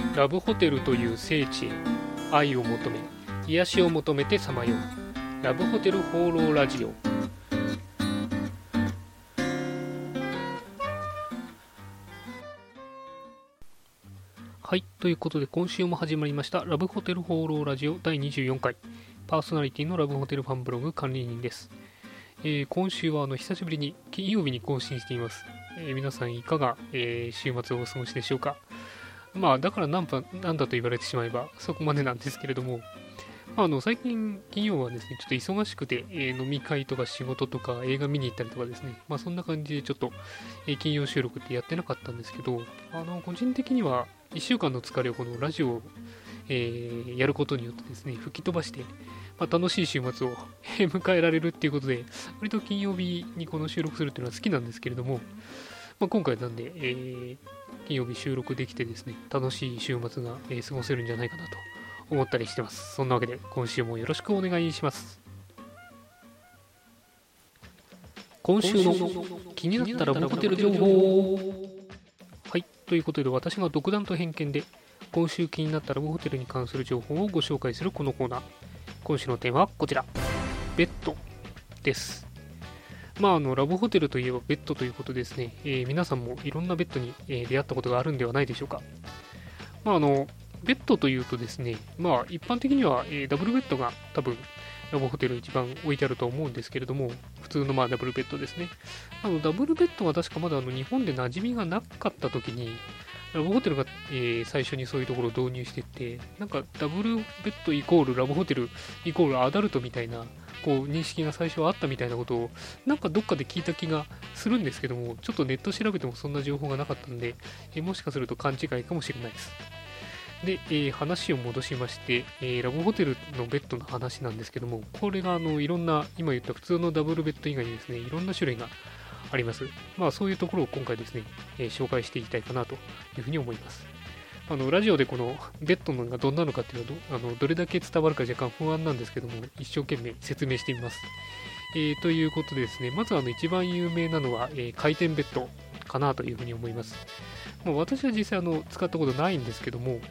ラブホテルという聖地へ愛を求め癒しを求めてさまようラブホテル放浪ラジオ。はい、ということで今週も始まりましたラブホテル放浪ラジオ第24回、パーソナリティのラブホテルファンブログ管理人です。今週は久しぶりに金曜日に更新しています。皆さんいかが、週末をお過ごしでしょうか。だからなんだと言われてしまえばそこまでなんですけれども、最近金曜はですねちょっと忙しくて、飲み会とか仕事とか映画見に行ったりとかですね、そんな感じでちょっと、金曜収録ってやってなかったんですけど、個人的には1週間の疲れをこのラジオを、やることによってですね吹き飛ばして、楽しい週末を迎えられるっていうことで、割と金曜日にこの収録するっていうのは好きなんですけれども、今回なんで、金曜日収録できてですね楽しい週末が、過ごせるんじゃないかなと思ったりしてます。そんなわけで今週もよろしくお願いします。今週の気になったラブホテル情報。はい、ということで私が独断と偏見で今週気になったラブホテルに関する情報をご紹介するこのコーナー。今週のテーマはこちら、ベッドです。ラブホテルといえばベッドということですね、皆さんもいろんなベッドに、出会ったことがあるんではないでしょうか。ベッドというとですね、一般的には、ダブルベッドが多分ラブホテル一番置いてあると思うんですけれども、普通のダブルベッドですね。ダブルベッドは確かまだ日本で馴染みがなかった時にラブホテルが、最初にそういうところを導入していって、なんかダブルベッドイコールラブホテルイコールアダルトみたいな認識が最初はあったみたいなことをなんかどっかで聞いた気がするんですけども、ちょっとネット調べてもそんな情報がなかったんで、もしかすると勘違いかもしれないです。で、話を戻しまして、ラブホテルのベッドの話なんですけども、これがいろんな今言った普通のダブルベッド以外にですねいろんな種類があります。そういうところを今回ですね、紹介していきたいかなというふうに思います。ラジオでこのベッドのがどんなのかっていうのはどれだけ伝わるか若干不安なんですけども、一生懸命説明してみます。ということでですね、まず一番有名なのは、回転ベッドかなというふうに思います。私は実際使ったことないんですけども、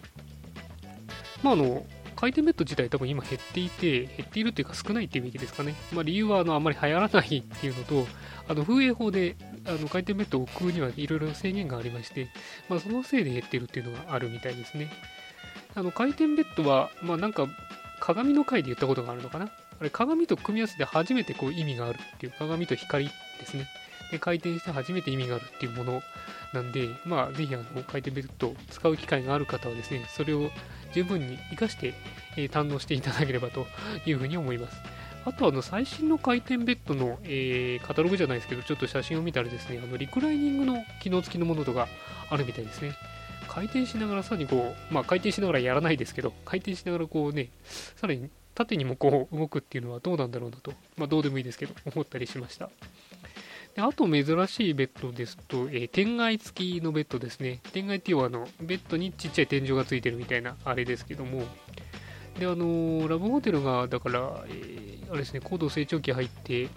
回転ベッド自体多分今減っているというか少ないっていうべきですかね。理由はあんまり流行らないっていうのと、風営法で回転ベッドを置くにはいろいろ制限がありまして、そのせいで減っているっていうのがあるみたいですね。回転ベッドは、なんか鏡の回で言ったことがあるのかな。あれ鏡と組み合わせて初めて意味があるっていう、鏡と光ですね。で回転して初めて意味があるっていうものなんで、ぜひ回転ベッドを使う機会がある方はですね、それを十分に活かして、堪能していただければというふうに思います。あと最新の回転ベッドの、カタログじゃないですけど、ちょっと写真を見たらですね、リクライニングの機能付きのものとかあるみたいですね。回転しながらさらに回転しながらやらないですけど、回転しながらさらに縦にも動くっていうのはどうなんだろうなと、どうでもいいですけど、思ったりしました。であと珍しいベッドですと、天蓋付きのベッドですね。天蓋っていうのはベッドにちっちゃい天井がついてるみたいなあれですけども、でラブホテルがだから、あれですね、高度成長期入って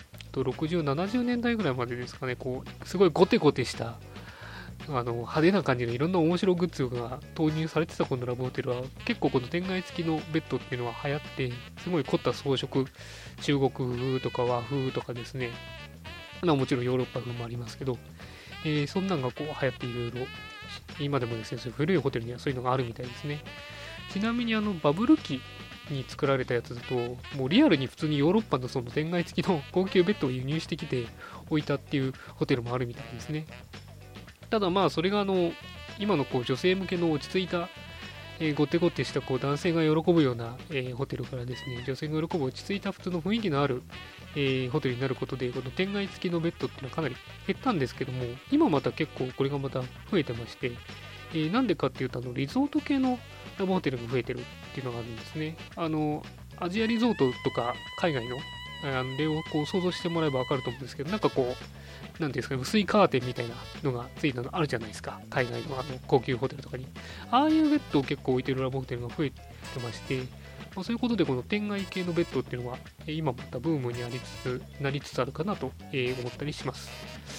60、70年代ぐらいまでですかね、すごいゴテゴテした派手な感じのいろんな面白グッズが投入されてたこのラブホテルは結構この天蓋付きのベッドっていうのは流行って、すごい凝った装飾、中国風とか和風とかですね、もちろんヨーロッパ風もありますけど、そんなんが流行っていろいろ今でもですね、そういう古いホテルにはそういうのがあるみたいですね。ちなみにバブル期に作られたやつだと、もうリアルに普通にヨーロッパのその天蓋付きの高級ベッドを輸入してきて置いたっていうホテルもあるみたいですね。ただそれが今の女性向けの落ち着いた、ゴテゴテした男性が喜ぶような、ホテルからですね、女性が喜ぶ落ち着いた普通の雰囲気のある、ホテルになることで、この天蓋付きのベッドっていうのはかなり減ったんですけども、今また結構これがまた増えてまして、なんでかっていうとリゾート系のラブホテルが増えてるっていうのがあるんですね。アジアリゾートとか海外の例を想像してもらえば分かると思うんですけど、なんかなんていうんですかね、薄いカーテンみたいなのがついたのあるじゃないですか、海外の高級ホテルとかに。ああいうベッドを結構置いてるラブホテルが増えてまして、そういうことでこの天蓋系のベッドっていうのは今またブームになりつつあるかなと思ったりします。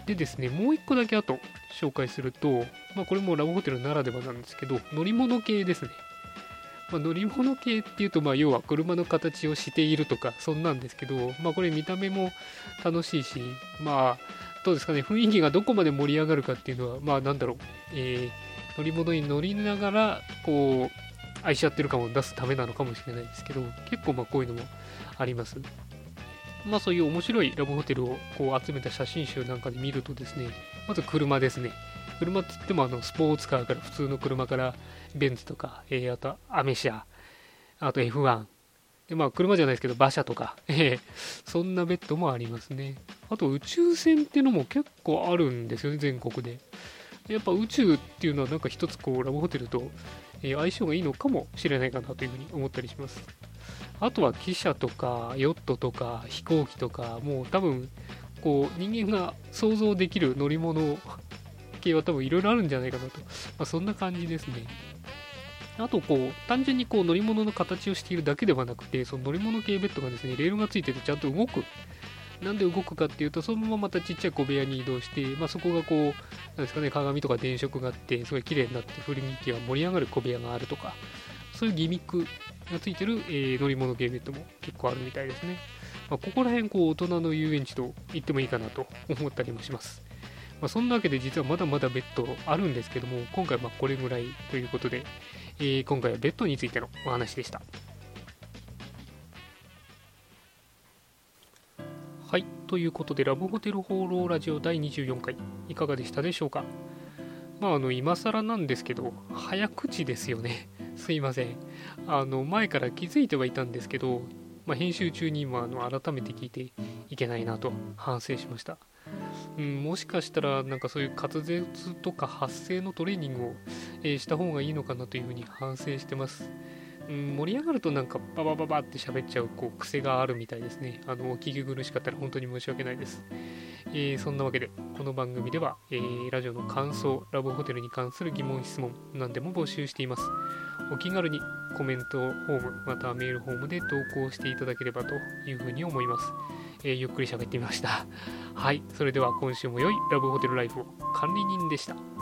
でですね、もう一個だけあと紹介すると、これもラブホテルならではなんですけど、乗り物系ですね。乗り物系っていうと、要は車の形をしているとか、そんなんですけど、これ見た目も楽しいし、どうですかね、雰囲気がどこまで盛り上がるかっていうのは、なんだろう、乗り物に乗りながら、こう、愛し合ってる感を出すためなのかもしれないですけど、結構こういうのもあります。そういう面白いラブホテルをこう集めた写真集なんかで見るとですね、まず車ですね。車っつってもスポーツカーから普通の車からベンツとか、あとアメ車、あと F1、で車じゃないですけど馬車とか、そんなベッドもありますね。あと宇宙船っていうのも結構あるんですよね、全国で。やっぱ宇宙っていうのはなんか一つこうラブホテルと相性がいいのかもしれないかなというふうに思ったりします。あとは汽車とかヨットとか飛行機とか、もう多分こう人間が想像できる乗り物系は多分いろいろあるんじゃないかなと、そんな感じですね。あとこう単純にこう乗り物の形をしているだけではなくて、その乗り物系ベッドがですね、レールがついててちゃんと動く。なんで動くかっていうと、そのまままたちっちゃい小部屋に移動して、そこがこうなんですかね、鏡とか電飾があってすごい綺麗になって雰囲気が盛り上がる小部屋があるとか、そういうギミックがついてる、乗り物系ベッドも結構あるみたいですね。ここら辺こう大人の遊園地と言ってもいいかなと思ったりもします。そんなわけで実はまだまだベッドあるんですけども、今回これぐらいということで、今回はベッドについてのお話でした。はい、ということでラブホテル放浪ラジオ第24回いかがでしたでしょうか。今更なんですけど早口ですよね。すいません。前から気づいてはいたんですけど、編集中に今改めて聞いていけないなと反省しました。もしかしたらなんかそういう滑舌とか発声のトレーニングを、した方がいいのかなというふうに反省してます。盛り上がるとなんかババババって喋っちゃう癖があるみたいですね。お聞き苦しかったら本当に申し訳ないです。そんなわけでこの番組では、ラジオの感想、ラブホテルに関する疑問質問何でも募集しています。お気軽にコメントフォームまたはメールフォームで投稿していただければというふうに思います。ゆっくり喋ってみました。はい、それでは今週も良いラブホテルライフを。管理人でした。